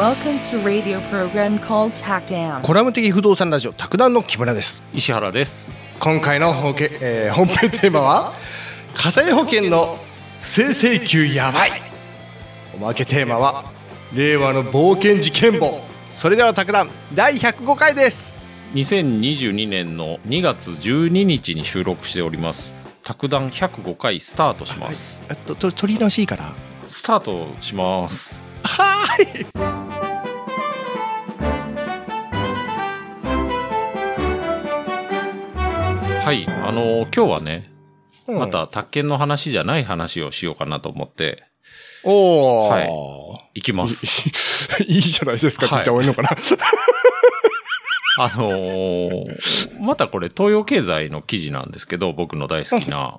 Welcome to radio program called TACDAM。 コラム的不動産ラジオ卓談の木村です。 石原です。 今回の本編テーマは火災保険の不正請求やばい。おまけテーマは令和の冒険事件簿。それでは卓談第105回です。 2022年の2月12日に収録しております。卓談105回スタートします。 はい、取り直しいいかな。 スタートします。 はい。 はい、今日はね、また宅建の話じゃない話をしようかなと思って、 おー、 はい、行きます。 いいじゃないですかって言った方がいいのかな。 またこれ東洋経済の記事なんですけど、僕の大好きな。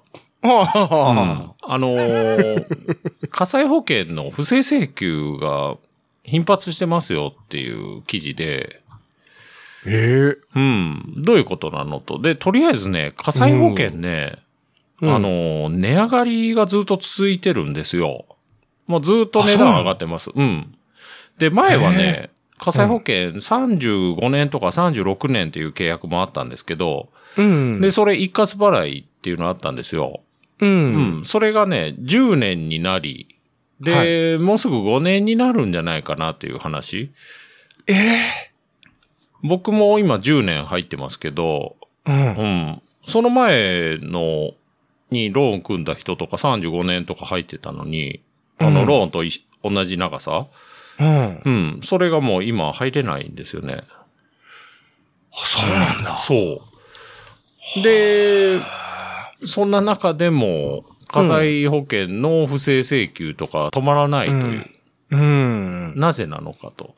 火災保険の不正請求が頻発してますよっていう記事で、どういうことなのと。で、とりあえずね、火災保険ね、値上がりがずっと続いてるんですよ。もうずっと値段上がってます。で、前はね、火災保険35年とか36年っていう契約もあったんですけど、で、それ一括払いっていうのあったんですよ。それがね、10年になり、で、もうすぐ5年になるんじゃないかなっていう話。僕も今10年入ってますけど、その前にローン組んだ人とか35年とか入ってたのに、ローンと同じ長さ、それがもう今入れないんですよね。 そうなんだ。 そう。で、そんな中でも、火災保険の不正請求とか止まらないという。なぜなのかと。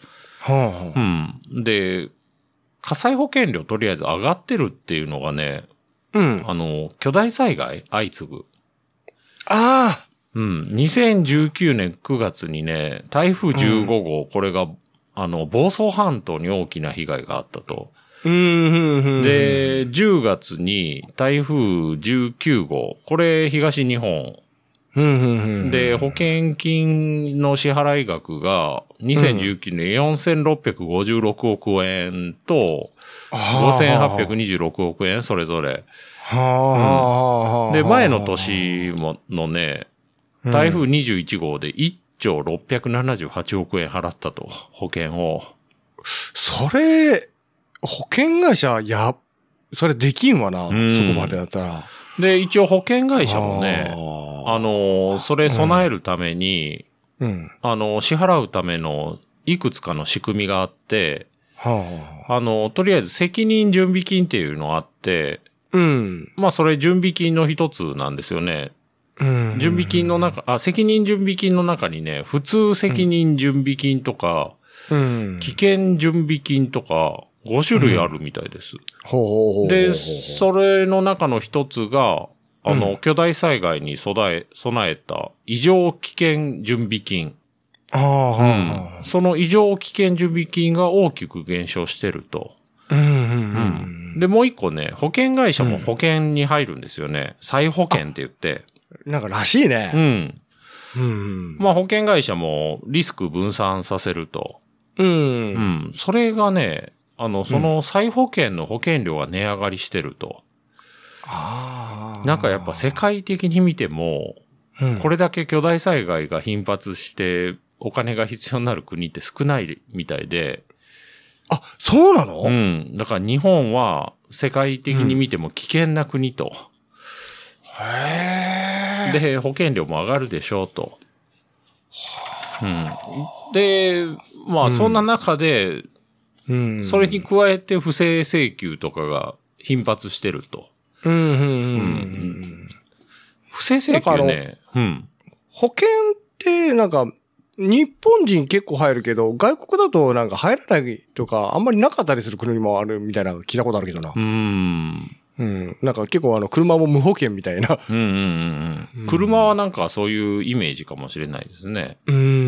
で、火災保険料とりあえず上がってるっていうのがね、巨大災害相次ぐ。2019年9月にね、台風15号、これが、房総半島に大きな被害があったと。で、10月に台風19号、これ東日本。で、保険金の支払い額が2019年4656億円と5826億円それぞれ。で、前の年のね、台風21号で1兆678億円払ったと、保険を。 それ、保険会社、それできんわな、そこまでだったら。 で、一応保険会社もね、それ備えるために、支払うためのいくつかの仕組みがあって、とりあえず責任準備金っていうのがあって、まあそれ準備金の一つなんですよね。準備金の責任準備金の中にね、普通責任準備金とか、危険準備金とか、5種類あるみたいです。で、それの中の一つが、巨大災害に備えた異常危険準備金。その異常危険準備金が大きく減少してると。で、もう一個ね、保険会社も保険に入るんですよね。再保険って言って。 なんからしいね。 まあ保険会社もリスク分散させると。それがね、その再保険の保険料が値上がりしてると。なんかやっぱ世界的に見ても、これだけ巨大災害が頻発してお金が必要になる国って少ないみたいで。 そうなの？ だから日本は世界的に見ても危険な国と。で、保険料も上がるでしょうと。で、まあそんな中で、それに加えて不正請求とかが頻発してると。不正請求ね。 保険ってなんか、日本人結構入るけど、外国だとなんか入らないとか、あんまりなかったりする国もあるみたいなの聞いたことあるけどな。なんか結構車も無保険みたいな。 車はなんかそういうイメージかもしれないですね。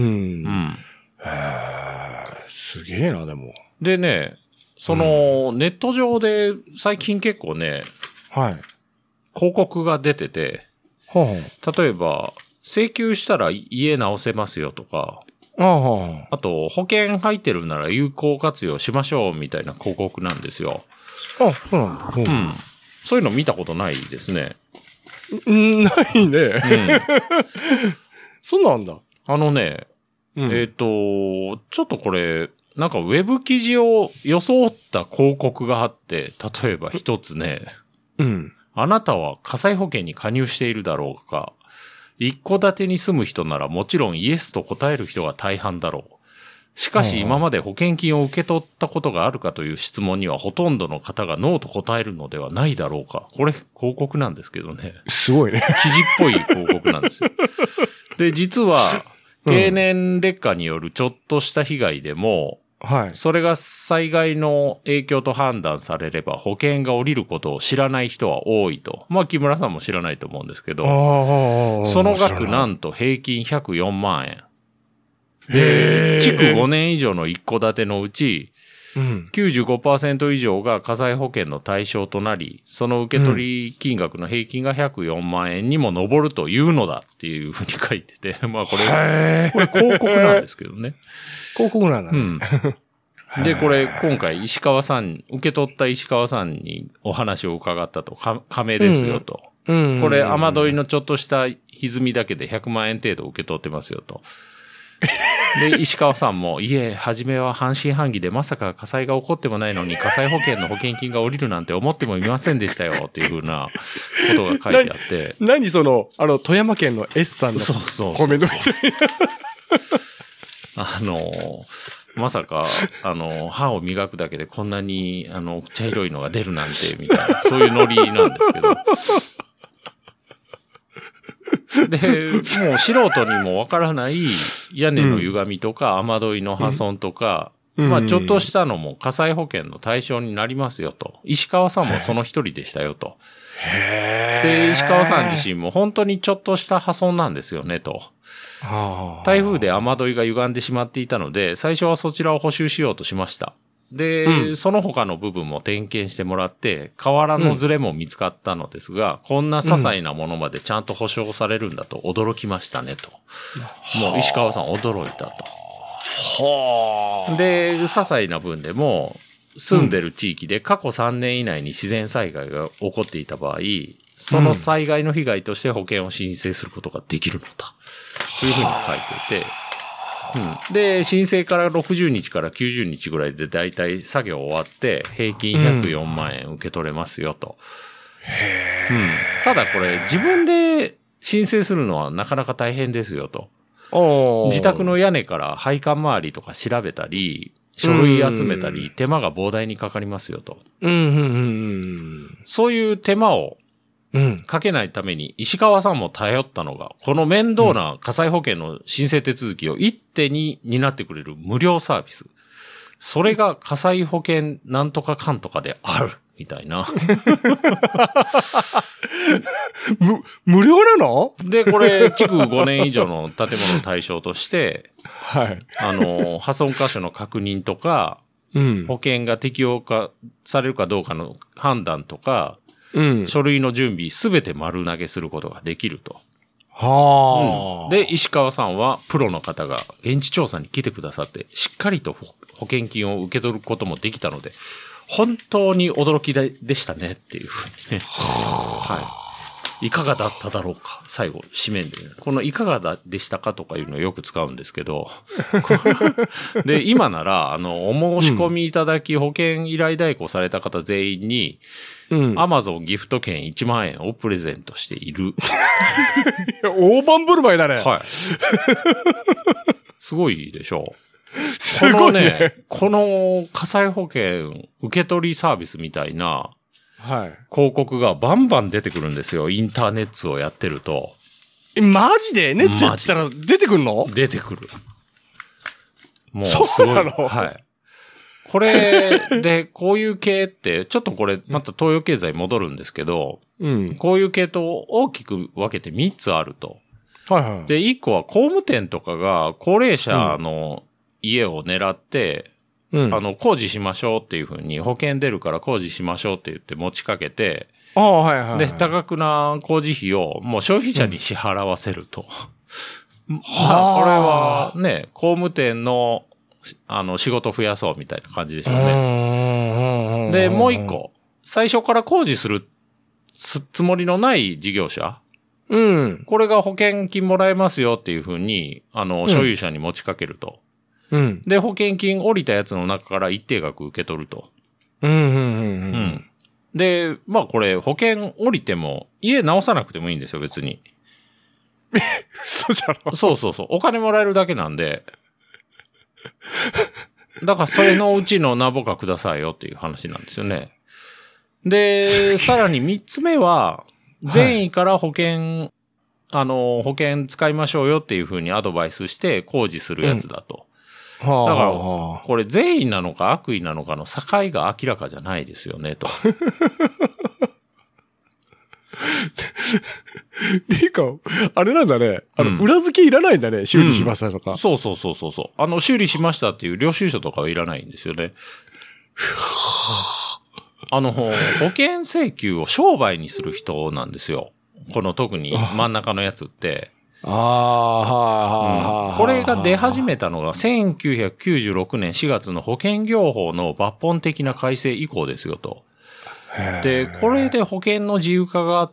すげえな、でも。 でね、ネット上で最近結構ね、広告が出てて、例えば、請求したら家直せますよとか、 あと、保険入ってるなら有効活用しましょうみたいな広告なんですよ。 あ、そうなんだ。 うん。そういうの見たことないですね。 ないね。そうなんだ。 ちょっとこれ、なんかウェブ記事を装った広告があって、例えば一つね、あなたは火災保険に加入しているだろうか。一戸建てに住む人ならもちろんイエスと答える人が大半だろう。しかし今まで保険金を受け取ったことがあるかという質問にはほとんどの方がノーと答えるのではないだろうか。これ広告なんですけどね。 すごいね。 記事っぽい広告なんですよ。で、実は、経年劣化によるちょっとした被害でも、それが災害の影響と判断されれば保険が下りることを知らない人は多いと。まあ木村さんも知らないと思うんですけど、その額なんと平均104万円。で、築5年以上の一戸建てのうち、95% 以上が火災保険の対象となり、その受け取り金額の平均が104万円にも上るというのだっていうふうに書いてて、まあこれ広告なんですけどね。 広告なんだね。 で、これ今回受け取った石川さんにお話を伺ったと、亀ですよと。これ雨どいのちょっとした歪みだけで100万円程度受け取ってますよと。で、石川さんも、いえ、初めは半信半疑でまさか火災が起こってもないのに火災保険の保険金が下りるなんて思ってもいませんでしたよっていうふうなことが書いてあって。 何その、富山県の S さんのコメントみたいな。 まさか、歯を磨くだけでこんなに、茶色いのが出るなんて、みたいな、そういうノリなんですけど。で、もう素人にもわからない屋根の歪みとか、雨どいの破損とか、まあちょっとしたのも火災保険の対象になりますよと。石川さんもその一人でしたよと。で、石川さん自身も本当にちょっとした破損なんですよねと。台風で雨どいが歪んでしまっていたので、最初はそちらを補修しようとしました。で、その他の部分も点検してもらって、瓦のズレも見つかったのですが、こんな些細なものまでちゃんと保証されるんだと驚きましたねと。もう石川さん驚いたと。で、些細な分でも、住んでる地域で過去3年以内に自然災害が起こっていた場合、その災害の被害として保険を申請することができるのだ。というふうに書いていて、で、申請から60日から90日ぐらいでだいたい作業終わって、平均104万円受け取れますよと。ただこれ自分で申請するのはなかなか大変ですよと。自宅の屋根から配管周りとか調べたり、書類集めたり、手間が膨大にかかりますよと。そういう手間をかけないために、石川さんも頼ったのが、この面倒な火災保険の申請手続きを一手に担ってくれる無料サービス。それが火災保険なんとかかんとかである、みたいな。 無料なの？ で、これ、築5年以上の建物の対象として、破損箇所の確認とか、保険が適用化されるかどうかの判断とか、書類の準備すべて丸投げすることができると。で、石川さんはプロの方が現地調査に来てくださって、しっかりと保険金を受け取ることもできたので、本当に驚きでしたねっていうふうにね。いかがだっただろうか。最後、締めで、このいかがでしたかとかいうのをよく使うんですけど。で、今なら、お申し込みいただき、保険依頼代行された方全員に、Amazon ギフト券1万円をプレゼントしている。 大盤振る舞いだね。 すごいでしょう。 すごいね。 この火災保険受け取りサービスみたいな、広告がバンバン出てくるんですよ。インターネットをやってると。 マジでネットやったら出てくるの？ 出てくる。もうすごい。そうなの？ これで、こういう系って、ちょっとこれ、また東洋経済戻るんですけど、こういう系と大きく分けて3つあると。で、1個は工務店とかが高齢者の家を狙って、工事しましょうっていうふうに、保険出るから工事しましょうって言って持ちかけて、で、多額な工事費をもう消費者に支払わせると。 これはね、工務店の、仕事増やそうみたいな感じでしょうね。で、もう一個。最初から工事するつもりのない事業者。 うん。 これが保険金もらえますよっていうふうに、所有者に持ちかけると。 うん。 で、保険金降りたやつの中から一定額受け取ると。で、まあこれ、保険降りても、家直さなくてもいいんですよ、別に。 そうじゃろ。 そうそうそう。お金もらえるだけなんで。だからそれのうちの何ぼかくださいよっていう話なんですよね。で、さらに3つ目は、善意から保険使いましょうよっていうふうにアドバイスして工事するやつだと。だから、これ善意なのか悪意なのかの境が明らかじゃないですよね、と。 っていうか、あれなんだね。裏付けいらないんだね。修理しましたとか。 そう。修理しましたっていう領収書とかはいらないんですよね。保険請求を商売にする人なんですよ。この特に真ん中のやつって。これが出始めたのが1996年4月の保険業法の抜本的な改正以降ですよと。で、これで保険の自由化があって、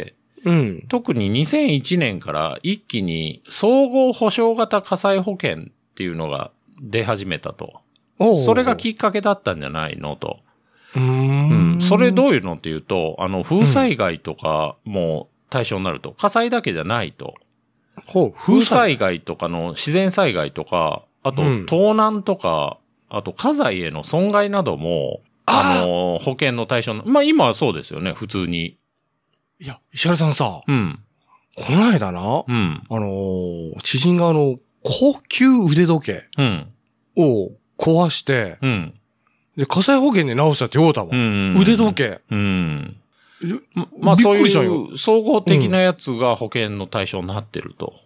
特に2001年から一気に総合保証型火災保険っていうのが出始めたと。それがきっかけだったんじゃないのと。それどういうのっていうと、風災害とかも対象になると。火災だけじゃないと。風災害とかの自然災害とか、あと盗難とか、あと家財への損害なども、保険の対象の、まあ今はそうですよね、普通に。 いや、石原さんさ、この間な、知人が高級腕時計を壊して、で、火災保険で直したって言おうたわ。腕時計。まあそういう総合的なやつが保険の対象になってると。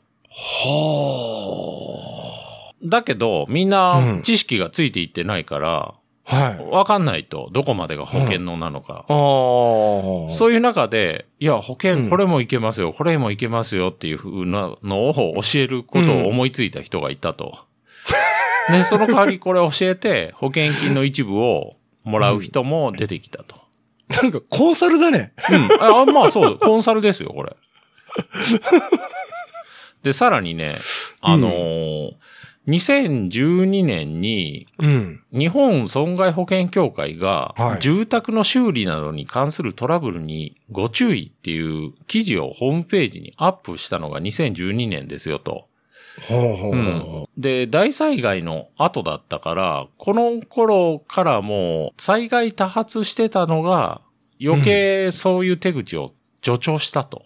だけど、みんな知識がついていってないから、わかんないと、どこまでが保険のなのか。そういう中で、いや、保険これもいけますよ、これもいけますよっていう風なのを教えることを思いついた人がいたと。で、その代わりこれ教えて、保険金の一部をもらう人も出てきたと。 なんかコンサルだね。 まあそう、コンサルですよ、これ。で、さらにね、2012年に、日本損害保険協会が、住宅の修理などに関するトラブルにご注意っていう記事をホームページにアップしたのが2012年ですよと。で、大災害の後だったから、この頃からもう災害多発してたのが余計そういう手口を助長したと。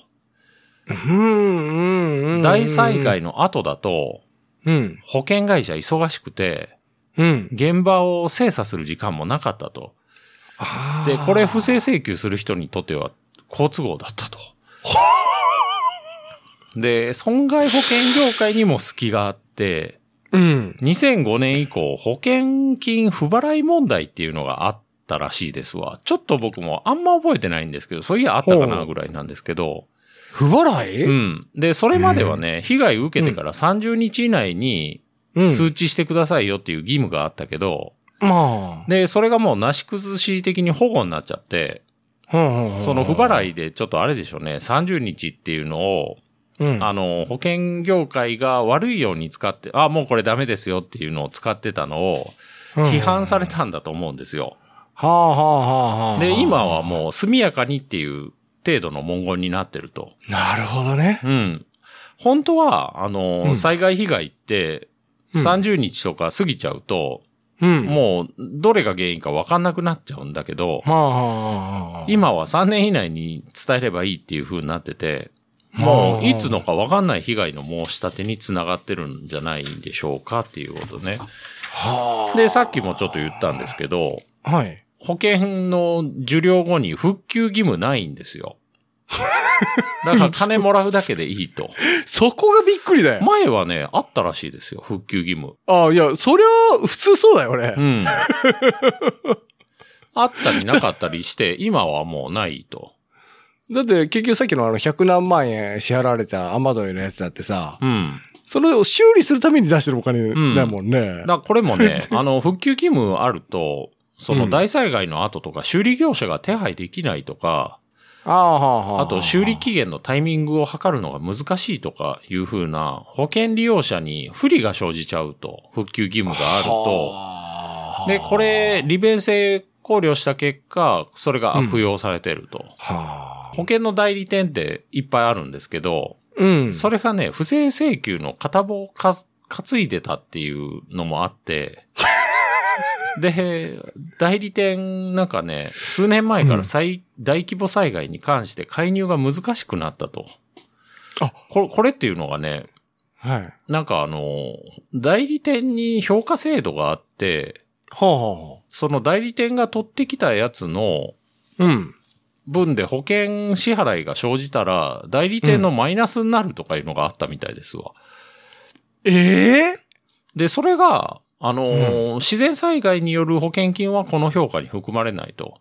大災害の後だと、保険会社忙しくて、現場を精査する時間もなかったと。で、これ不正請求する人にとっては好都合だったと。で、損害保険業界にも隙があって、2005年以降、保険金不払い問題っていうのがあったらしいですわ。ちょっと僕もあんま覚えてないんですけど、そういやあったかなぐらいなんですけど。 不払い？ で、それまではね、被害受けてから30日以内に通知してくださいよっていう義務があったけど、で、それがもうなし崩し的に保護になっちゃって、その不払いでちょっとあれでしょうね、30日っていうのを、保険業界が悪いように使って、もうこれダメですよっていうのを使ってたのを批判されたんだと思うんですよ。で、今はもう速やかにっていう程度の文言になってると。 なるほどね。 本当は、災害被害って30日とか過ぎちゃうと、もうどれが原因か分かんなくなっちゃうんだけど、今は3年以内に伝えればいいっていう風になってて、もういつのか分かんない被害の申し立てにつながってるんじゃないんでしょうかっていうことね。で、さっきもちょっと言ったんですけど、保険の受領後に復旧義務ないんですよ。だから金もらうだけでいいと。 そこがびっくりだよ。 前はね、あったらしいですよ、復旧義務。 いや、そりゃ、普通そうだよね。 あったりなかったりして、今はもうないと。 だって結局さっきの100何万円支払われたアマゾンのやつだってさ、 それを修理するために出してるお金だもんね。 だからこれもね、復旧義務あると、その大災害の後とか修理業者が手配できないとか、あと修理期限のタイミングを測るのが難しいとかいう風な保険利用者に不利が生じちゃうと、復旧義務があると。で、これ、利便性考慮した結果、それが悪用されてると。保険の代理店っていっぱいあるんですけど、それがね、不正請求の片棒を担いでたっていうのもあって、で、代理店なんかね、数年前から大規模災害に関して介入が難しくなったと。これっていうのがね、 はい。 なんか代理店に評価制度があって、その代理店が取ってきたやつの、分で保険支払いが生じたら、代理店のマイナスになるとかいうのがあったみたいですわ。で、それが、自然災害による保険金はこの評価に含まれないと。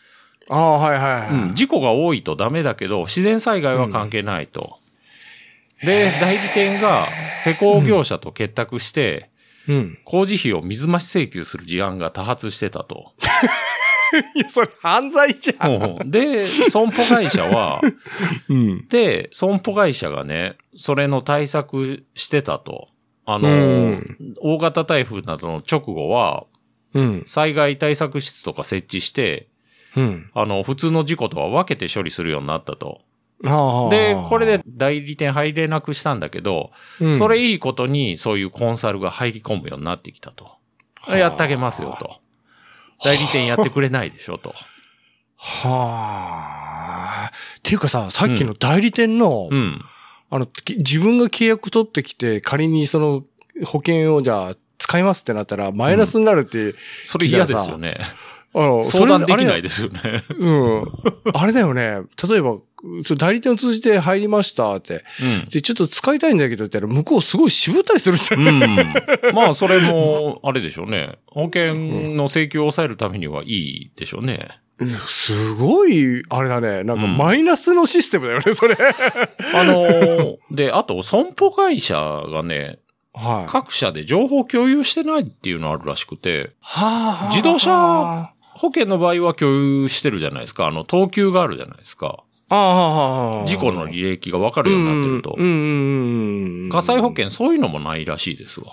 事故が多いとダメだけど、自然災害は関係ないと。で、代理店が施工業者と結託して、工事費を水増し請求する事案が多発してたと。 いや、それ犯罪じゃん。 で、損保会社は、で、損保会社がね、それの対策してたと。大型台風などの直後は、災害対策室とか設置して、普通の事故とは分けて処理するようになったと。で、これで代理店入れなくしたんだけど、それいいことにそういうコンサルが入り込むようになってきたと。やってあげますよと。代理店やってくれないでしょと。 っていうかさ、さっきの代理店の、自分が契約取ってきて、仮にその保険をじゃあ使いますってなったら、マイナスになるって、 それ嫌ですよね。相談できないですよね。 あれだよね。例えば、代理店を通じて入りましたって。で、ちょっと使いたいんだけどって言ったら、向こうすごい渋ったりするじゃん。 まあ、それも、あれでしょうね。保険の請求を抑えるためにはいいでしょうね。 すごい、あれだね。なんかマイナスのシステムだよね、それ。 で、あと、損保会社がね、各社で情報共有してないっていうのあるらしくて、自動車保険の場合は共有してるじゃないですか。等級があるじゃないですか。事故の履歴が分かるようになってると。火災保険、そういうのもないらしいですわ。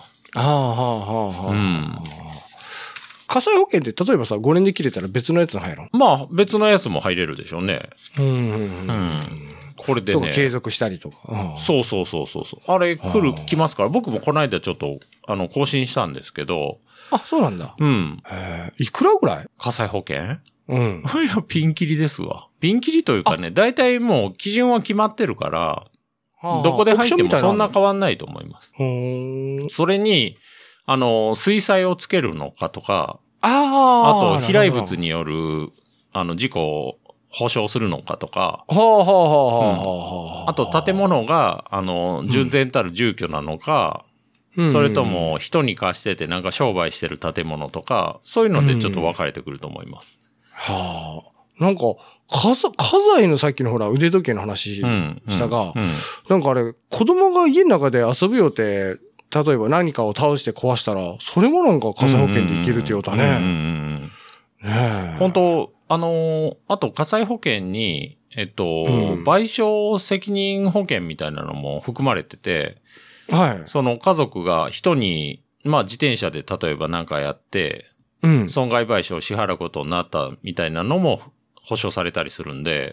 火災保険って例えばさ、5年で切れたら別のやつに入るの？ まあ、別のやつも入れるでしょうね。これでね。 継続したりとか。 そう。あれ来ますから、僕もこの間ちょっと、更新したんですけど。 そうなんだ。いくらぐらい？ 火災保険？いや、ピンキリですわ。ピンキリというかね、大体もう基準は決まってるから、どこで入ってもそんな変わんないと思います。それに、水彩をつけるのかとか、あと、飛来物による、事故を保証するのかとか、あと、建物が、純然たる住居なのか、それとも、人に貸しててなんか商売してる建物とか、そういうのでちょっと分かれてくると思います。 なんか、家財のさっきのほら腕時計の話したが、なんかあれ、子供が家の中で遊ぶよって、例えば何かを倒して壊したら、それもなんか火災保険でいけるって言うたね。 本当あと火災保険に、賠償責任保険みたいなのも含まれてて、その家族が人に、まあ自転車で例えば何かやって、損害賠償を支払うことになったみたいなのも保証されたりするんで。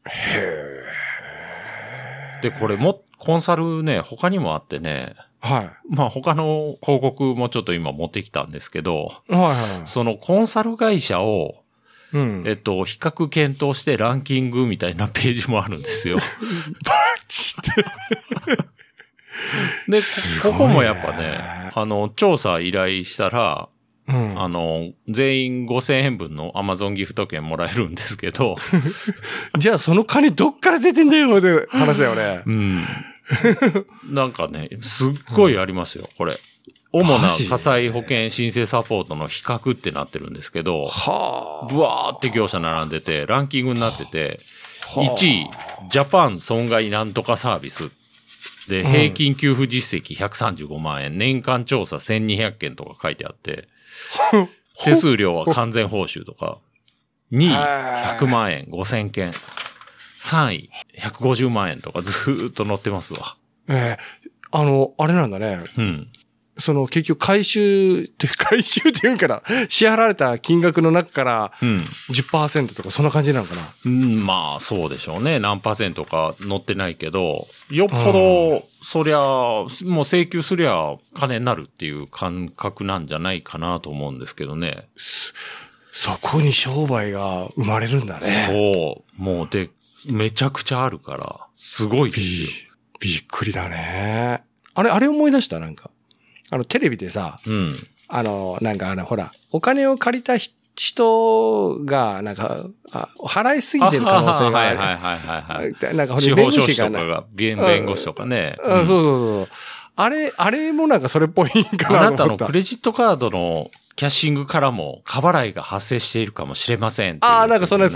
で、これコンサルね、他にもあってね。まあ他の広告もちょっと今持ってきたんですけど、そのコンサル会社を、比較検討してランキングみたいなページもあるんですよ。 バチって。 で、ここもやっぱね、調査依頼したら、全員5000円分の Amazon ギフト券もらえるんですけど。 じゃあその金どっから出てんだよって話だよね。 なんかね、すっごいありますよ、これ。主な火災保険申請サポートの比較ってなってるんですけど、ブワーって業者並んでて、ランキングになってて、1位、ジャパン損害なんとかサービス。 で、平均給付実績135万円、年間調査1200件とか書いてあって、手数料は完全報酬とか、2位100万円5000件、3位150万円とかずーっと載ってますわ。 あれなんだね。うん。結局回収っていうんかな、支払われた金額の中から、10% とかそんな感じなのかな。 まあ、そうでしょうね。何%か載ってないけど、よっぽど、そりゃ、もう請求すりゃ金になるっていう感覚なんじゃないかなと思うんですけどね。 そこに商売が生まれるんだね。 そう。もうめちゃくちゃあるから、すごいですよ。 びっくりだね。あれ思い出したなんか。テレビでさ、ほら、お金を借りた人が、払いすぎてる可能性がある。 はい。 なんか、 司法書士とかが、弁護士とかね。 そう。あれもなんかそれっぽいんかな。 あなたのクレジットカードのキャッシングからも過払いが発生しているかもしれません、ね。 なんかそんなやつ。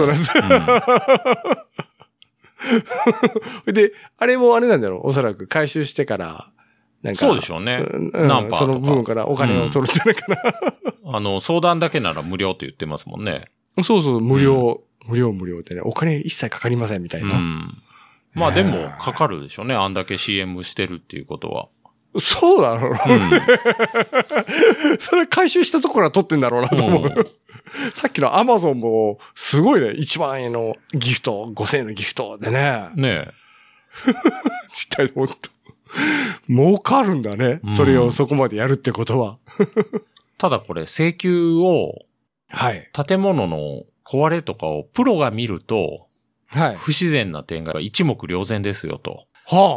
で、あれもあれなんだろう。おそらく回収してから、 そうでしょうね。何パーとか。 その部分からお金を取るんじゃないかな。相談だけなら無料って言ってますもんね。 そう、無料ってね、お金一切かかりませんみたいな。 まあでも、かかるでしょうね。あんだけ CM してるっていうことは。 そうだろうね。それ回収したところは取ってんだろうなと思う。さっきのアマゾンも、すごいね。1万円のギフト、5000円のギフトでね。 ねえ。 絶対もっと。儲かるんだね。それをそこまでやるってことは。 ただこれ請求を、建物の壊れとかをプロが見ると、不自然な点が一目瞭然ですよと。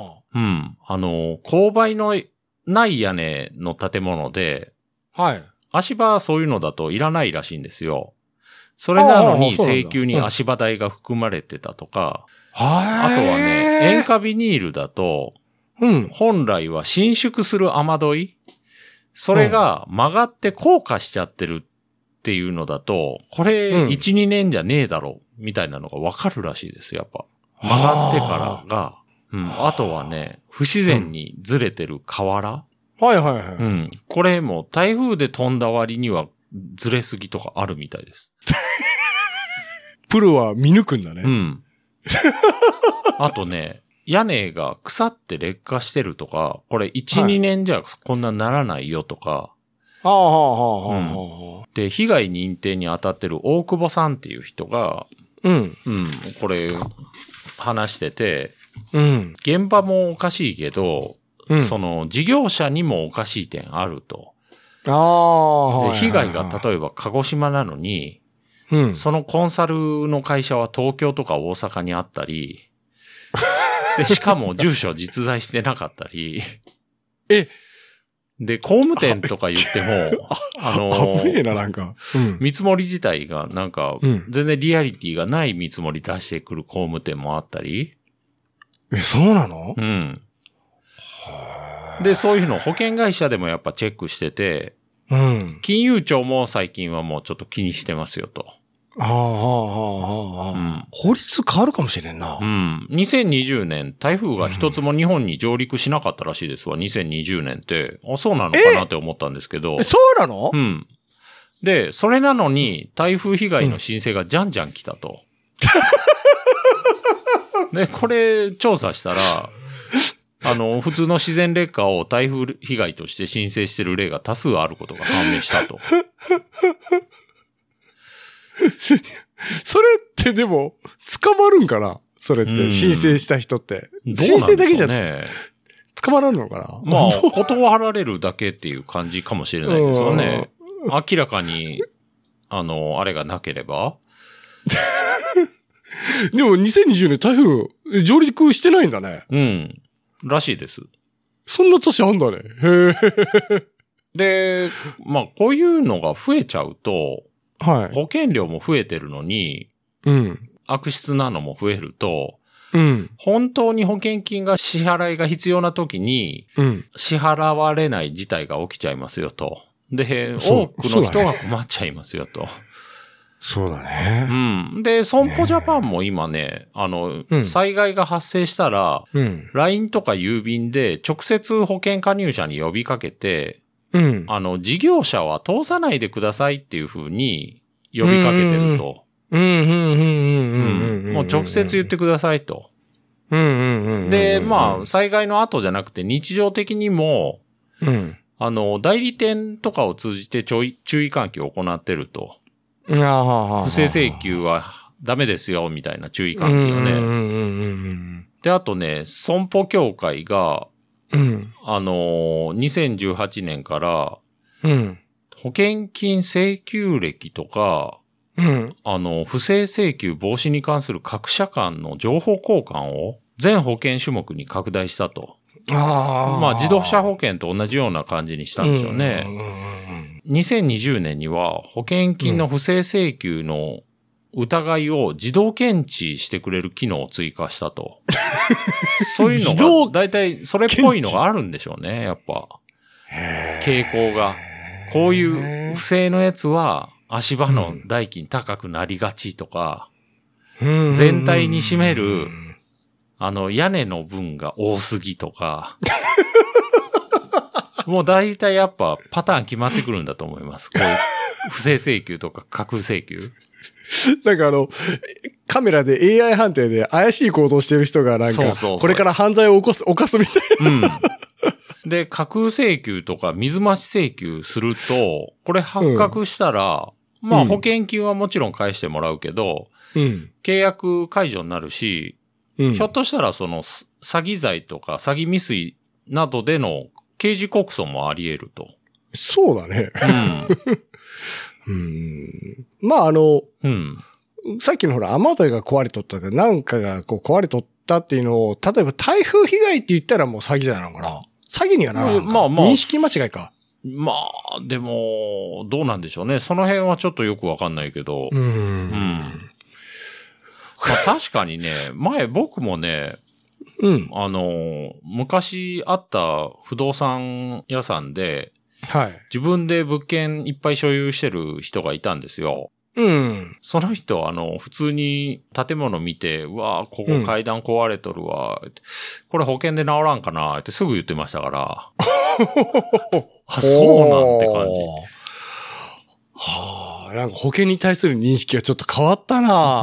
勾配のない屋根の建物で、足場そういうのだといらないらしいんですよ。それなのに請求に足場代が含まれてたとか、あとはね、塩化ビニールだと、本来は伸縮する雨どい、それが曲がって硬化しちゃってるっていうのだと、これ1、2年じゃねえだろ、みたいなのがわかるらしいですよ、やっぱ。曲がってからが、あとはね、不自然にずれてる瓦。これも台風で飛んだ割にはずれすぎとかあるみたいです。 プロは見抜くんだね。 あとね、屋根が腐って劣化してるとか、これ1、2年じゃこんなならないよとか。で、被害認定に当たってる大久保さんっていう人が、これ話してて、現場もおかしいけど、その事業者にもおかしい点あると。で、被害が例えば鹿児島なのに、そのコンサルの会社は東京とか大阪にあったり、で、しかも住所実在してなかったり。で、工務店とか言っても、 危ねえな、なんか。 見積もり自体が、なんか、全然リアリティがない見積もり出してくる工務店もあったり。 そうなの？ で、そういうのを保険会社でもやっぱチェックしてて、金融庁も最近はもうちょっと気にしてますよと。 法律変わるかもしれんな。 2020年、台風が一つも日本に上陸しなかったらしいですわ、2020年って。そうなのかなって思ったんですけど。 そうなの？ で、それなのに、台風被害の申請がじゃんじゃん来たと。で、これ、調査したら、普通の自然劣化を台風被害として申請してる例が多数あることが判明したと。 それってでも、捕まるんかな？それって、申請した人って。申請だけじゃ捕まらんのかな？ まあ、断られるだけっていう感じかもしれないですよね。明らかに、あれがなければ。 でも2020年台風上陸してないんだね。 らしいです。 そんな年あんだね。 で、まあ、こういうのが増えちゃうと、保険料も増えてるのに、悪質なのも増えると、本当に保険金が支払いが必要な時に、支払われない事態が起きちゃいますよと。で、多くの人が困っちゃいますよと。 そうだね。 うん。で、損保ジャパンも今ね、災害が発生したら、LINE とか郵便で直接保険加入者に呼びかけて、事業者は通さないでくださいっていう風に呼びかけてると。もう直接言ってくださいと。で、まあ、災害の後じゃなくて日常的にも、代理店とかを通じて注意喚起を行ってると。不正請求はダメですよ、みたいな注意喚起をね。で、あとね、損保協会が、2018年から、保険金請求歴とか、不正請求防止に関する各社間の情報交換を全保険種目に拡大したと。まあ、自動車保険と同じような感じにしたんでしょうね。2020年には保険金の不正請求の疑いを自動検知してくれる機能を追加したと。そういうのが、だいたいそれっぽいのがあるんでしょうね、やっぱ。傾向が。こういう不正のやつは足場の代金高くなりがちとか、全体に占める、屋根の分が多すぎとか、もう大体やっぱパターン決まってくるんだと思います。こういう不正請求とか架空請求。 なんかカメラで AI 判定で怪しい行動してる人がなんか、これから犯罪を犯すみたいな。 で、架空請求とか水増し請求すると、これ発覚したら、まあ保険金はもちろん返してもらうけど、契約解除になるし、ひょっとしたらその詐欺罪とか詐欺未遂などでの刑事告訴もあり得ると。 そうだね。まあさっきのほら、雨どいが壊れとったけど、なんかがこう壊れとったっていうのを、例えば台風被害って言ったらもう詐欺罪なのかな？詐欺にはならない。まあ認識間違いか。 まあ、でも、どうなんでしょうね。その辺はちょっとよくわかんないけど。まあ確かにね、前僕もね、昔あった不動産屋さんで、自分で物件いっぱい所有してる人がいたんですよ。その人普通に建物見て、うわぁ、ここ階段壊れとるわ、これ保険で治らんかなってすぐ言ってましたから。あ、そうなんて感じ。 はあ、なんか保険に対する認識がちょっと変わったな。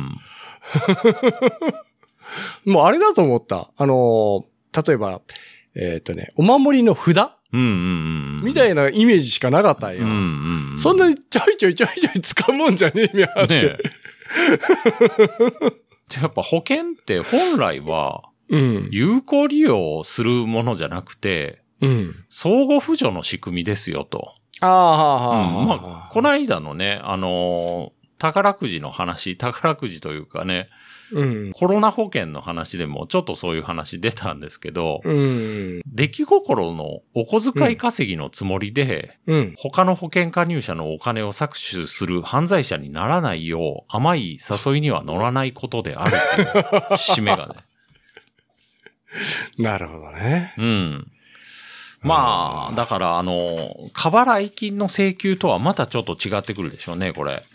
もうあれだと思った。例えば、お守りの札みたいなイメージしかなかったんよ。そんなにちょいちょい使うもんじゃねえみゃって。ねやっぱ保険って本来は、有効利用するものじゃなくて、相互扶助の仕組みですよと。まあ、この間のね、宝くじの話、宝くじというかね、コロナ保険の話でもちょっとそういう話出たんですけど、出来心のお小遣い稼ぎのつもりで、他の保険加入者のお金を搾取する犯罪者にならないよう甘い誘いには乗らないことであるっていう締めがね。 なるほどね。 まあ、だから、過払い金の請求とはまたちょっと違ってくるでしょうね、これ。過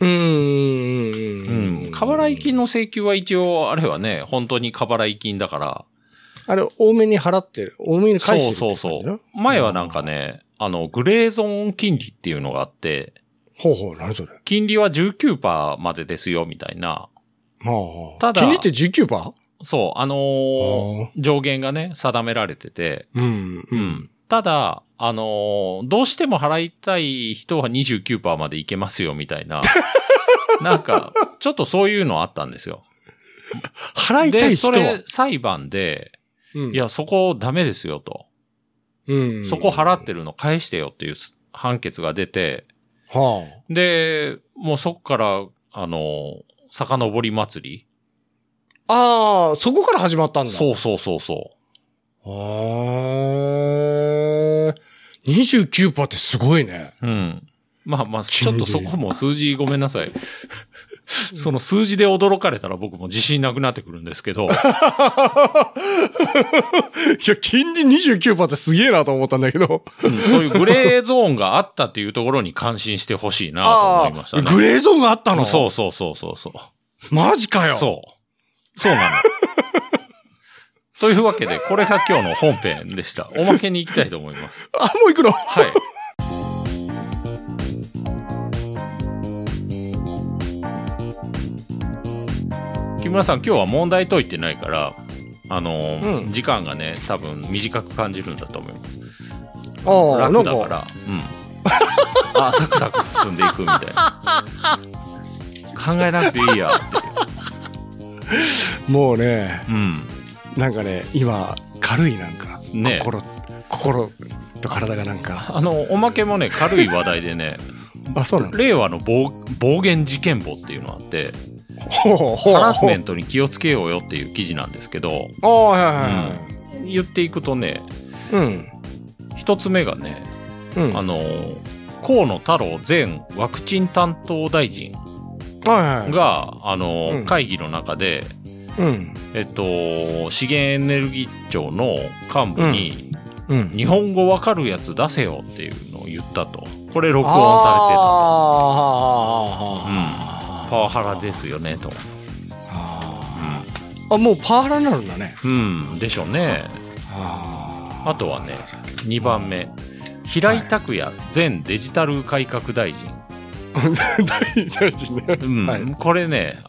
払い金の請求は一応、あれはね、本当に過払い金だから。 あれ、多めに払ってる。多めに返してる。 そう。前はなんかね、グレーゾーン金利っていうのがあって。 何それ。 金利は 19% までですよ、みたいな。 ただ、金利って 19%？ そう、上限がね、定められてて。ただ、どうしても払いたい人は 29% までいけますよ、みたいな。なんか、ちょっとそういうのあったんですよ。 払いたい人はで、それ、裁判で、いや、そこダメですよ、と。そこ払ってるの返してよっていう判決が出て、で、もうそこから、遡り祭り。 そこから始まったんだ。 そう。 29% ってすごいね。 まあ、ちょっとそこも数字ごめんなさい。 その数字で驚かれたら僕も自信なくなってくるんですけど。いや、 金利 29% ってすげえなと思ったんだけど、 そういうグレーゾーンがあったっていうところに感心してほしいなと思いましたね。 グレーゾーンがあったの？ そう。 マジかよ。 そうなの。というわけで、これが今日の本編でした。おまけに行きたいと思います。 もう行くの？ はい。木村さん、今日は問題解いてないから、時間がね、多分短く感じるんだと思います。楽だから、サクサク進んでいくみたいな。考えなくていいやって。 もうね、なんかね、今、軽いなんか、 ね、 心と体がなんか。 おまけもね、軽い話題でね、 そうなの？ 令和の暴言事件簿っていうのがあって、ハラスメントに気をつけようよっていう記事なんですけど、言っていくとね、一つ目がね、河野太郎前ワクチン担当大臣が、会議の中で、資源エネルギー庁の幹部に、日本語わかるやつ出せよっていうのを言ったと。これ録音されてたと。パワハラですよねと。 もうパワハラになるんだね。 でしょうね。あとはね、2番目、平井卓也前デジタル改革大臣。 大臣ね。 これね、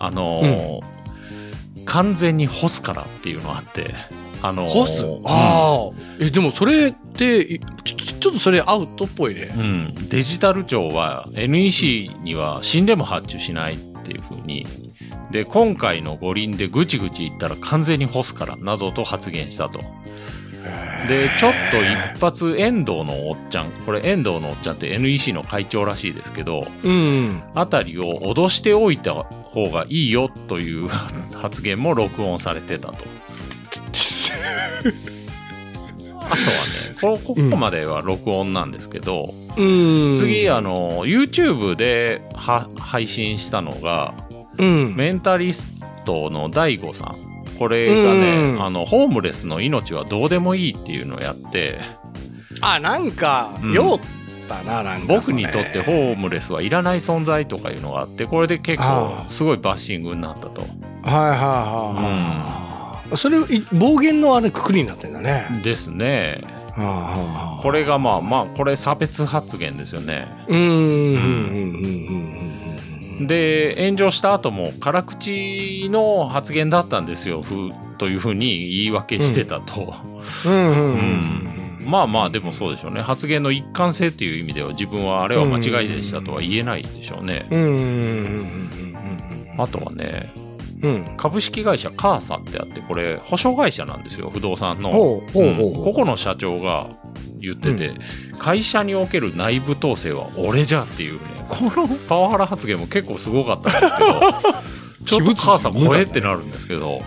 完全に干すからっていうのがあって。 干す？でもそれってちょっとそれアウトっぽいね。 デジタル庁は NEC には死んでも発注しないっていう風に、で今回の五輪でぐちぐち言ったら完全に干すからなどと発言したと。でちょっと一発遠藤のおっちゃん、これ遠藤のおっちゃんって NEC の会長らしいですけど、あたりを脅しておいた方がいいよという発言も録音されてたと。あとはね、ここまでは録音なんですけど、次YouTube で配信したのが、メンタリストの大悟さん、これがね、ホームレスの命はどうでもいいっていうのをやって、 なんか酔ったな、なんか僕にとってホームレスはいらない存在とかいうのがあって、これで結構すごいバッシングになったと。 それ暴言のくくりになってんだね。 ですね。これがこれ差別発言ですよね。で炎上した後も辛口の発言だったんですよというふうに言い訳してたと。でもそうでしょうね。発言の一貫性っていう意味では自分はあれは間違いでしたとは言えないでしょうね。あとはね、株式会社カーサってあって、これ保証会社なんですよ、不動産の。ここの社長が言ってて、会社における内部統制は俺じゃっていうね、このパワハラ発言も結構すごかったんですけどちょっとカーサ声ってなるんですけど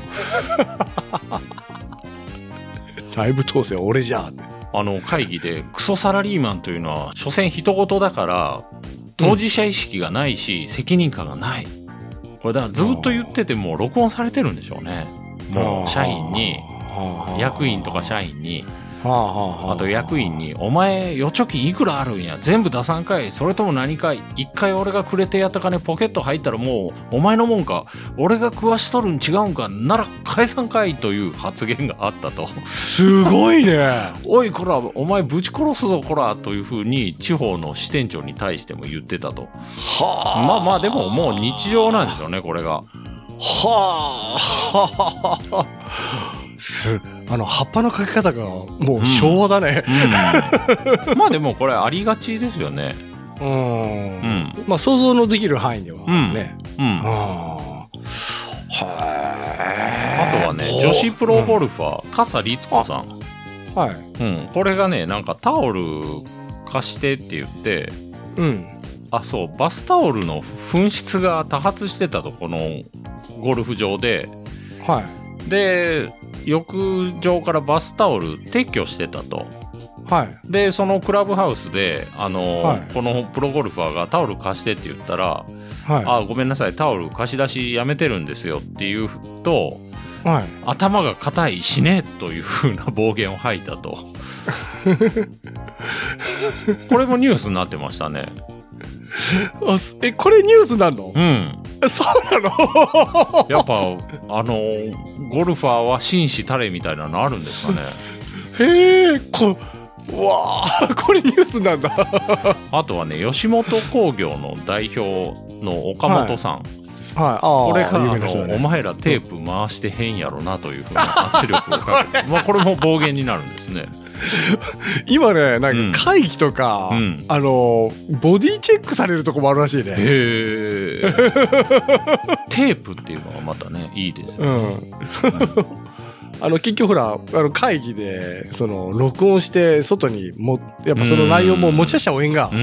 内部統制は俺じゃって。 会議でクソサラリーマンというのは所詮人事だから当事者意識がないし、責任感がない。これだからずっと言ってても録音されてるんでしょうね。もう社員に、役員とか社員に、あと役員に、お前預貯金いくらあるんや、全部出さんかい、それとも何かい、一回俺がくれてやった金ポケット入ったらもうお前のもんか、俺が食わしとるん違うんか、なら返さんかいという発言があったと。 すごいね。 おいこら、お前ぶち殺すぞこらというふうに地方の支店長に対しても言ってたと。でももう日常なんでしょうね、これが。 葉っぱの描き方がもう昭和だね。 でもこれありがちですよね。 想像のできる範囲ではね。 あとはね、女子プロゴルファー、笠律子さん。これがね、なんかタオル貸してって言って、バスタオルの紛失が多発してたと、このゴルフ場で。で、浴場からバスタオル撤去してたと。で、そのクラブハウスで、このプロゴルファーがタオル貸してって言ったら、 あ、ごめんなさい、タオル貸し出しやめてるんですよっていうと、 はい、 頭が硬い死ねという風な暴言を吐いたと。これもニュースになってましたね。 これニュースなんの？ うん。 そうなの？ やっぱゴルファーは紳士たれみたいなのあるんですかね。 へえ、わあ、これニュースなんだ。 あとはね、吉本興業の代表の岡本さん、 はい、 これがお前らテープ回してへんやろなというふうな圧力をかけて、まあこれも暴言になるんですね。 今ね、なんか会議とか、ボディチェックされるとこもあるらしいね。へえ。テープっていうのはまたね、いいですよね。 結局ほら会議で録音して外にやっぱその内容も持ち出した方がいいんが。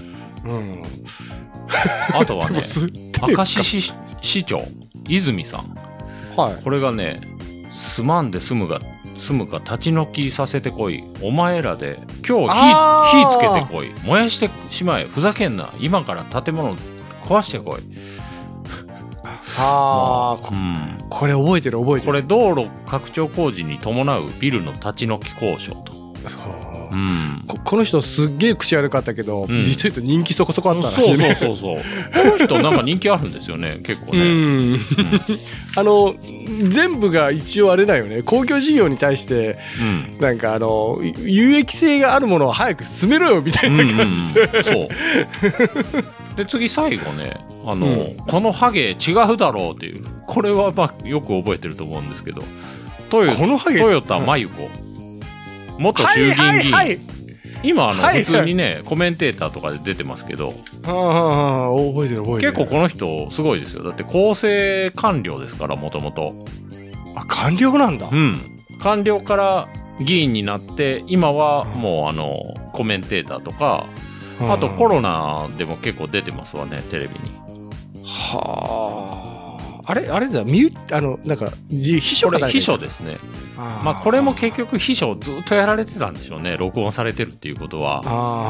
あとはね、明石市長泉さん、はい、これがね、すまんで済むか立ち退きさせてこい、お前らで今日火つけてこい、燃やしてしまえ、ふざけんな、今から建物壊してこい。 これ覚えてる。これ道路拡張工事に伴うビルの立ち退き交渉と。 この人すっげえ口悪かったけど、実は言うと人気そこそこあったらしいね。 そうこの人なんか人気あるんですよね、結構ね。 全部が一応あれだよね、公共事業に対して、なんか有益性があるものを早く進めろよみたいな感じで。そうで次最後ね、このハゲ違うだろうっていう、これはまあよく覚えてると思うんですけど、豊田真由子、元衆議院議員、今普通にね、コメンテーターとかで出てますけど、 覚えてる。 結構この人すごいですよ。だって厚生官僚ですから、もともと。 あ、官僚なんだ。 官僚から議員になって、今はもうコメンテーターとか、あとコロナでも結構出てますわね、テレビに。 はあ。あれだ、なんか秘書か。 これ秘書ですね。まあこれも結局秘書をずっとやられてたんでしょうね、録音されてるっていうことは。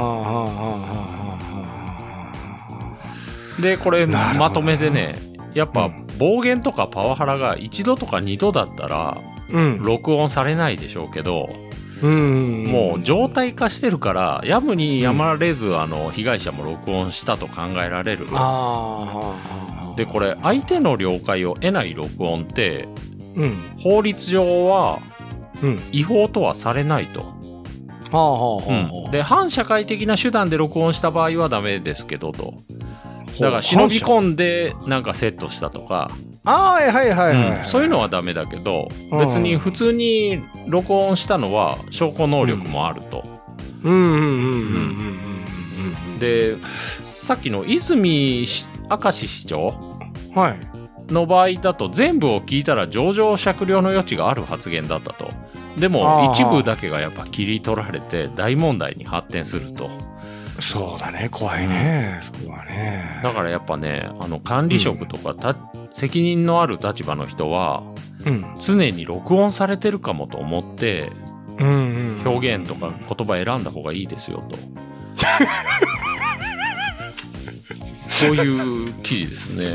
でこれまとめでね、やっぱ暴言とかパワハラが1度とか2度だったら録音されないでしょうけど、もう常態化してるからやむにやまれず被害者も録音したと考えられる。でこれ相手の了解を得ない録音って法律上は違法とはされないと。で反社会的な手段で録音した場合はダメですけどと。だから忍び込んでなんかセットしたとか、そういうのはダメだけど、別に普通に録音したのは証拠能力もあると。でさっきの泉明石市長の場合だと全部を聞いたら情状酌量の余地がある発言だったと。でも一部だけがやっぱ切り取られて大問題に発展すると。 そうだね、怖いね、そうだね。 だからやっぱね、管理職とか責任のある立場の人は、常に録音されてるかもと思って、表現とか言葉選んだ方がいいですよと。そういう記事ですね。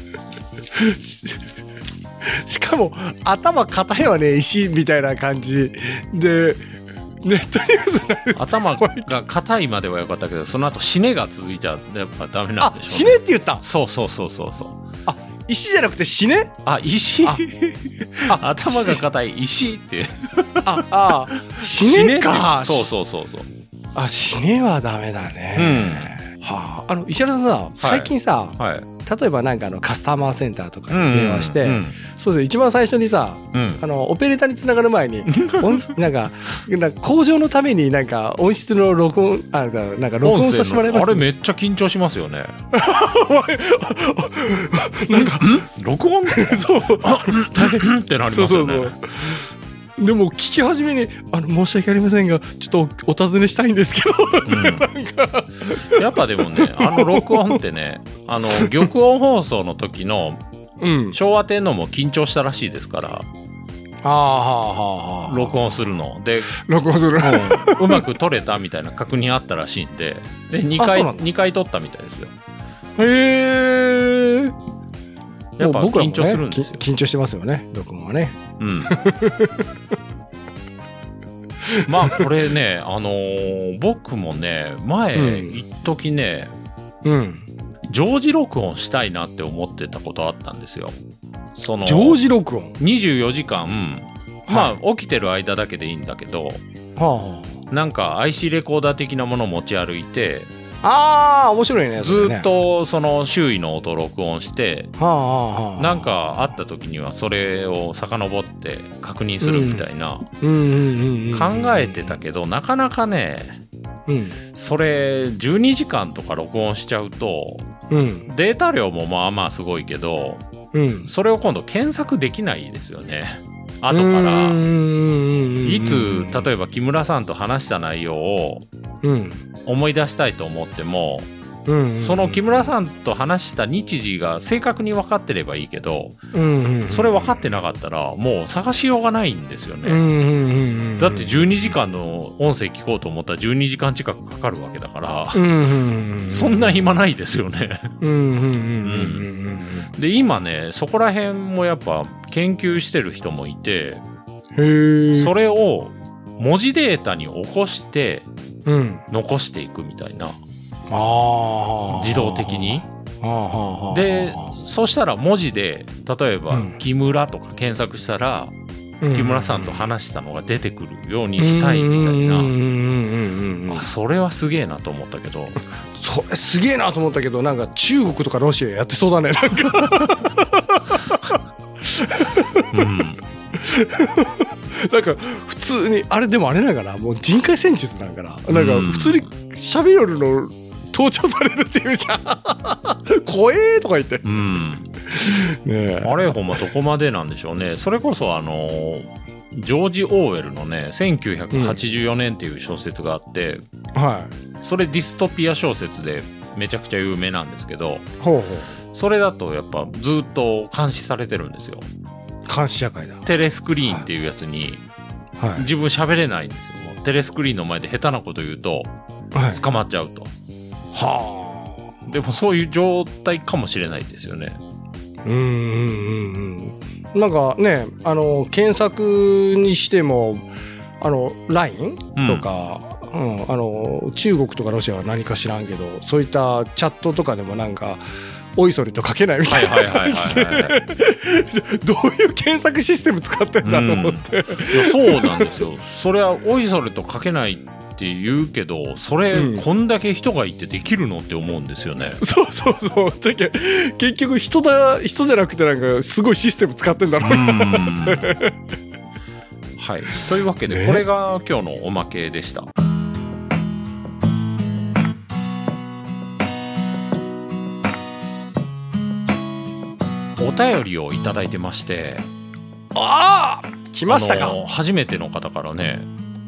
しかも頭硬いわね、石みたいな感じで。ネットニュースになる。 頭が硬いまではよかったけど、その後死ねが続いちゃうやっぱダメなんでしょうね。 死ねって言った。 そう。 あ、石じゃなくて死ね。 石。頭が硬い石って。 死ねか。 そう。 死ねはダメだね。石原さんさ、最近さ、例えばなんかカスタマーセンターとかに電話して、そうですね、一番最初にさ、オペレーターにつながる前になんか向上のためになんか音質の録音なんか録音させてもらいます。 あれめっちゃ緊張しますよね。なんか録音そうってなりますよね。 でも聞き始めに申し訳ありませんがちょっとお尋ねしたいんですけど、なんかやっぱでもね、録音ってね、玉音放送の時の昭和天皇も緊張したらしいですから、録音するので、うまく撮れたみたいな確認あったらしいんで、2回撮ったみたいですよ。 へえ。 やっぱ緊張するんですよ。 緊張してますよね、ドクモはね。 うん。まあこれね、僕もね、前、一時ね、常時録音したいなって思ってたことあったんですよ。 常時録音 ?24 時間、まあ起きてる間だけでいいんだけど、なんか IC レコーダー的なものを持ち歩いて、 面白いね。 ずっとその周囲の音を録音して、なんかあった時にはそれを遡って確認するみたいな考えてたけど、なかなかね、それ12時間とか録音しちゃうと、データ量もまあまあすごいけど、それを今度検索できないですよね。後からいつ例えば木村さんと話した内容を思い出したいと思っても、その木村さんと話した日時が正確に分かってればいいけど、それ分かってなかったらもう探しようがないんですよね。だって12時間の音声聞こうと思ったら12時間近くかかるわけだから、そんな暇ないですよね。で今ね、そこら辺もやっぱ研究してる人もいて、それを文字データに起こして残していくみたいな、自動的に。でそうしたら文字で例えば木村とか検索したら、木村さんと話したのが出てくるようにしたいみたいな。それはすげえなと思ったけど、 それすげえなと思ったけど、なんか中国とかロシアやってそうだね、なんかなんか普通にあれ、でもあれなんかな、もう人海戦術なんかな、なんか普通に喋りよるの盗聴されるっていうじゃん怖えとか言って、 ね、あれほんまどこまでなんでしょうね。それこそジョージ・オーウェルのね1984年っていう小説があって、それディストピア小説でめちゃくちゃ有名なんですけど、それだとやっぱずっと監視されてるんですよ。 監視社会だ。 テレスクリーンっていうやつに、自分喋れないんですよ。もうテレスクリーンの前で下手なこと言うと捕まっちゃうと。でもそういう状態かもしれないですよね。 なんかね、検索にしてもLINE とか、中国とかロシアは何か知らんけど、そういったチャットとかでもなんかおいそれと書けないみたいな感じで、どういう検索システム使ってんだと思って、 そうなんですよ。それはおいそれと書けないって言うけど、それ、こんだけ人がいてできるのって思うんですよね。 そう結局人じゃなくてなんかすごいシステム使ってんだろうなって。 はい、というわけでこれが今日のおまけでした。お便りをいただいてまして、 来ましたか。 初めての方からね、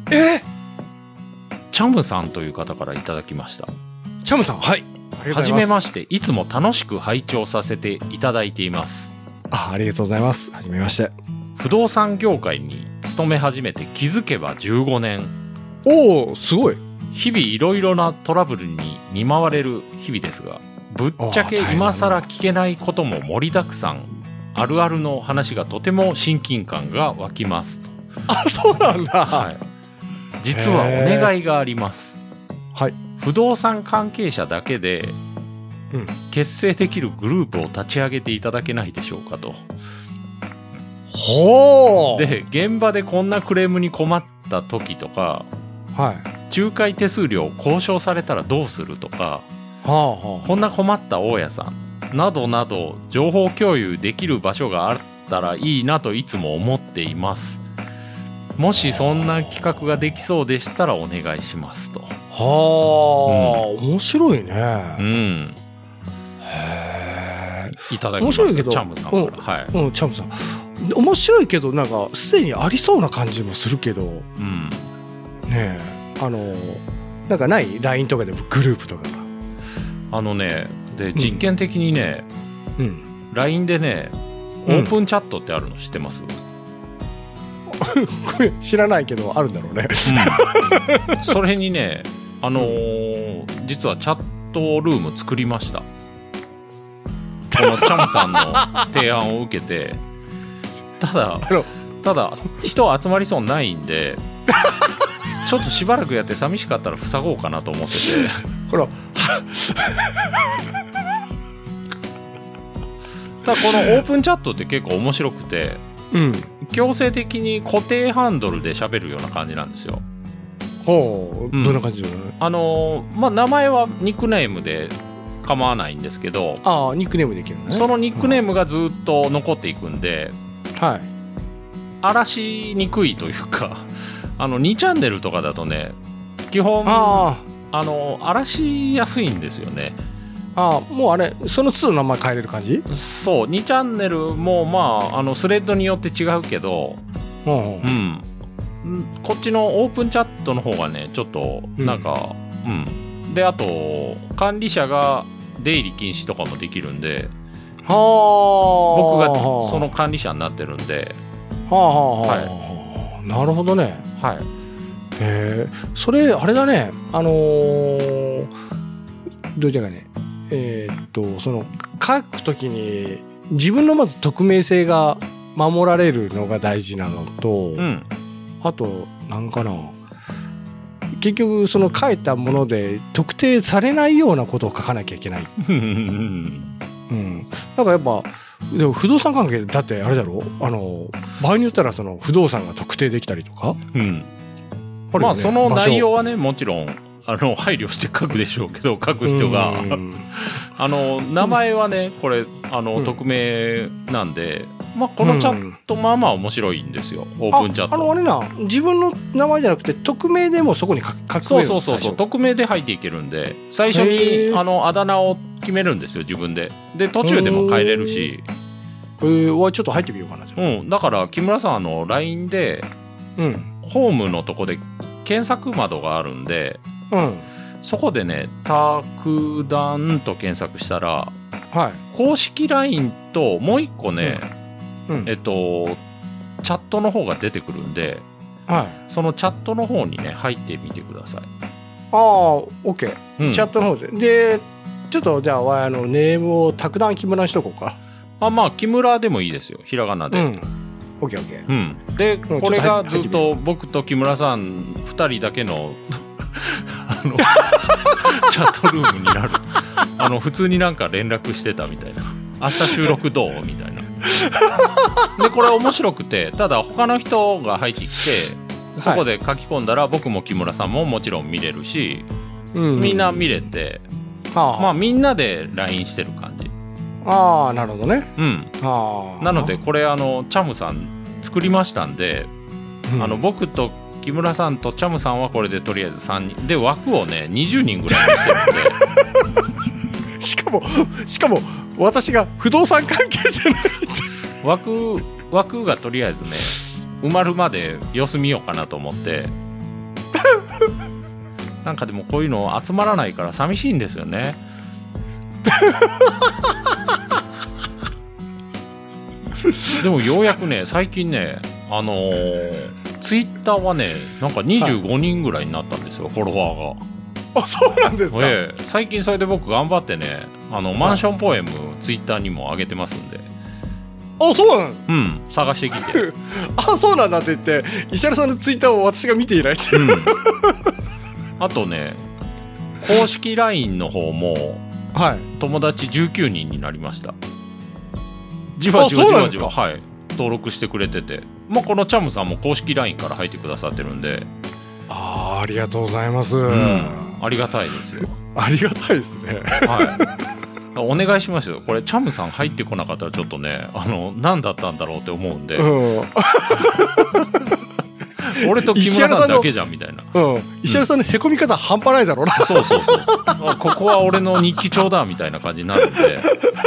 チャムさんという方からいただきました。 チャムさん、はい、 はじめまして。いつも楽しく拝聴させていただいています。 ありがとうございます。はじめまして。 不動産業界に勤め始めて気づけば15年。 すごい。 日々いろいろなトラブルに見舞われる日々ですが、ぶっちゃけ今更聞けないことも盛りだくさん。あるあるの話がとても親近感が湧きますと。 そうなんだ。 実はお願いがあります。不動産関係者だけで結成できるグループを立ち上げていただけないでしょうかと。で、現場でこんなクレームに困った時とか、仲介手数料を交渉されたらどうするとか、こんな困った大家さんなどなど情報共有できる場所があったらいいなといつも思っています。もしそんな企画ができそうでしたらお願いしますと。 面白いね。 いただきました。チャムさんから。 チャムさん面白いけど、なんかすでにありそうな感じもするけど、ねえ、なんかない LINE とかでもグループとかで実験的にね、LINE でね、オープンチャットってあるの知ってます？ これ知らないけどあるんだろうね。 それにね、実はチャットルーム作りました。 このチャムさんの提案を受けて、ただ人集まりそうないんでちょっとしばらくやって寂しかったら塞ごうかなと思っててほらただこのオープンチャットって結構面白くて、強制的に固定ハンドルで喋るような感じなんですよ。 ほう、どんな感じなの？名前はニックネームで構わないんですけど、 ニックネームできるね。 そのニックネームがずっと残っていくんで、 はい、 荒らしにくいというか2チャンネルとかだとね、基本荒らしやすいんですよね。 もうあれその都度名前変えれる感じ？ そう、2チャンネルもスレッドによって違うけど、こっちのオープンチャットの方がねちょっとなんか、であと管理者が出入り禁止とかもできるんで、僕がその管理者になってるんで、 なるほどね。 はい。 それあれだね、どういうかね、その書くときに自分のまず匿名性が守られるのが大事なのと、あとなんかな、結局その書いたもので特定されないようなことを書かなきゃいけない。なんかやっぱでも不動産関係だってあれだろ、場合によったらその不動産が特定できたりとか、 その内容はねもちろん配慮して書くでしょうけど、書く人が名前はねこれ匿名なんで、このチャット面白いんですよ、オープンチャット。 あれな、自分の名前じゃなくて匿名でもそこに書く。 そう匿名で入っていけるんで、最初にあだ名を決めるんですよ自分で。で途中でも変えれるし、 ちょっと入ってみようかな。 だから木村さんLINE で、ホームのとこで検索窓があるんで、そこでね卓談と検索したら、公式 LINE ともう一個ね、チャットの方が出てくるんで、そのチャットの方にね入ってみてください。 OK、チャットの方でちょっとじゃあネームを卓談木村にしとこうか。 木村でもいいですよ、ひらがなで。 OK。 でこれがずっと僕と木村さん2人だけのチャットルームになる。普通になんか連絡してたみたいな、明日収録どうみたいな。でこれ面白くて、ただ他の人が入ってきてそこで書き込んだら、僕も木村さんももちろん見れるし、みんな見れて、みんなで LINE してる感じ。 なるほどね。 なのでこれチャムさん作りましたんで、僕と木村さんとチャムさんはこれでとりあえず3人で、枠をね20人ぐらいにしてるんでしかも私が不動産関係じゃない枠がとりあえずね埋まるまで様子見ようかなと思ってなんかでもこういうの集まらないから寂しいんですよね。でもようやくね最近ねツイッターはねなんか25人ぐらいになったんですよ、フォロワーが。 そうなんですか。 最近それで僕頑張ってねマンションポエムツイッターにも上げてますんで。 そうなん。 探してきてそうなんだって言って石原さんのツイッターを私が見ていないって、 あとね公式 LINE の方も友達19人になりました。じわじわ登録してくれてて、このチャムさんも公式 LINE から入ってくださってるんで、 ありがとうございます、 ありがたいですよ。 ありがたいですね。 お願いしますよ。これチャムさん入ってこなかったらちょっとね何だったんだろうって思うんで、俺と木村さんだけじゃんみたいな。 石原さんのへこみ方半端ないだろうな。 そうここは俺の日記帳だみたいな感じになるんで。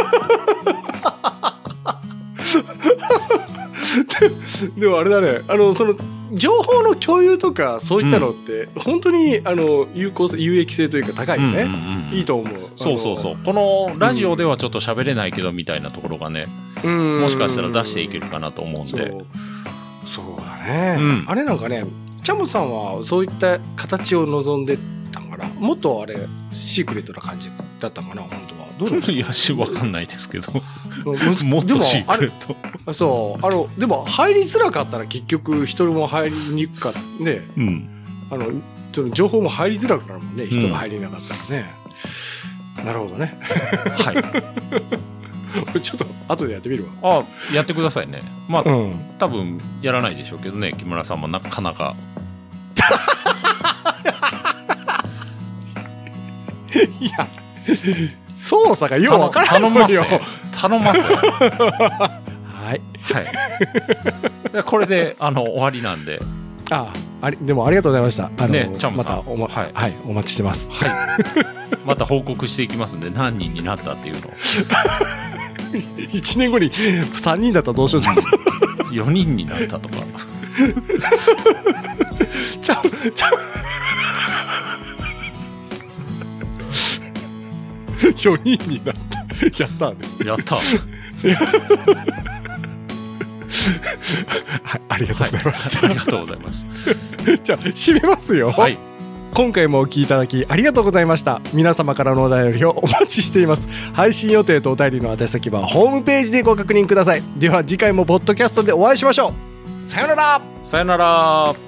でもあれだね、その情報の共有とかそういったのって、本当に有益性というか高いよね。いいと思う。 そうこのラジオではちょっと喋れないけどみたいなところがね、もしかしたら出していけるかなと思うんで。 そうだね、あれなんかね、チャムさんはそういった形を望んでたんかな。もっとあれシークレットな感じだったかな本当は。 どうなの？ いや、わかんないですけど。もっとシークレット。 そう。でも入りづらかったら結局人も入りにくかったね。うん。その情報も入りづらくなるもんね。人が入れなかったらね。なるほどね。 はい。 ちょっと後でやってみるわ。 やってくださいね。まあ、多分やらないでしょうけどね、木村さんもなかなか。 いや、操作がよう分からないよ。 頼ますよ。 はい。 はい。これで終わりなんで。 でもありがとうございました。 ね、チャムさん。 またお待ちしてます。 はい。また報告していきますんで、何人になったっていうのを。 1年後に3人だったらどうしようと思って。 4人になったとか。 4人になった。やったね。 やった。 はい、ありがとうございました。 ありがとうございます。 じゃあ締めますよ。 はい。 今回もお聞きいただきありがとうございました。皆様からのお便りをお待ちしています。配信予定とお便りの宛先はホームページでご確認ください。では次回もポッドキャストでお会いしましょう。さよなら。 さよなら。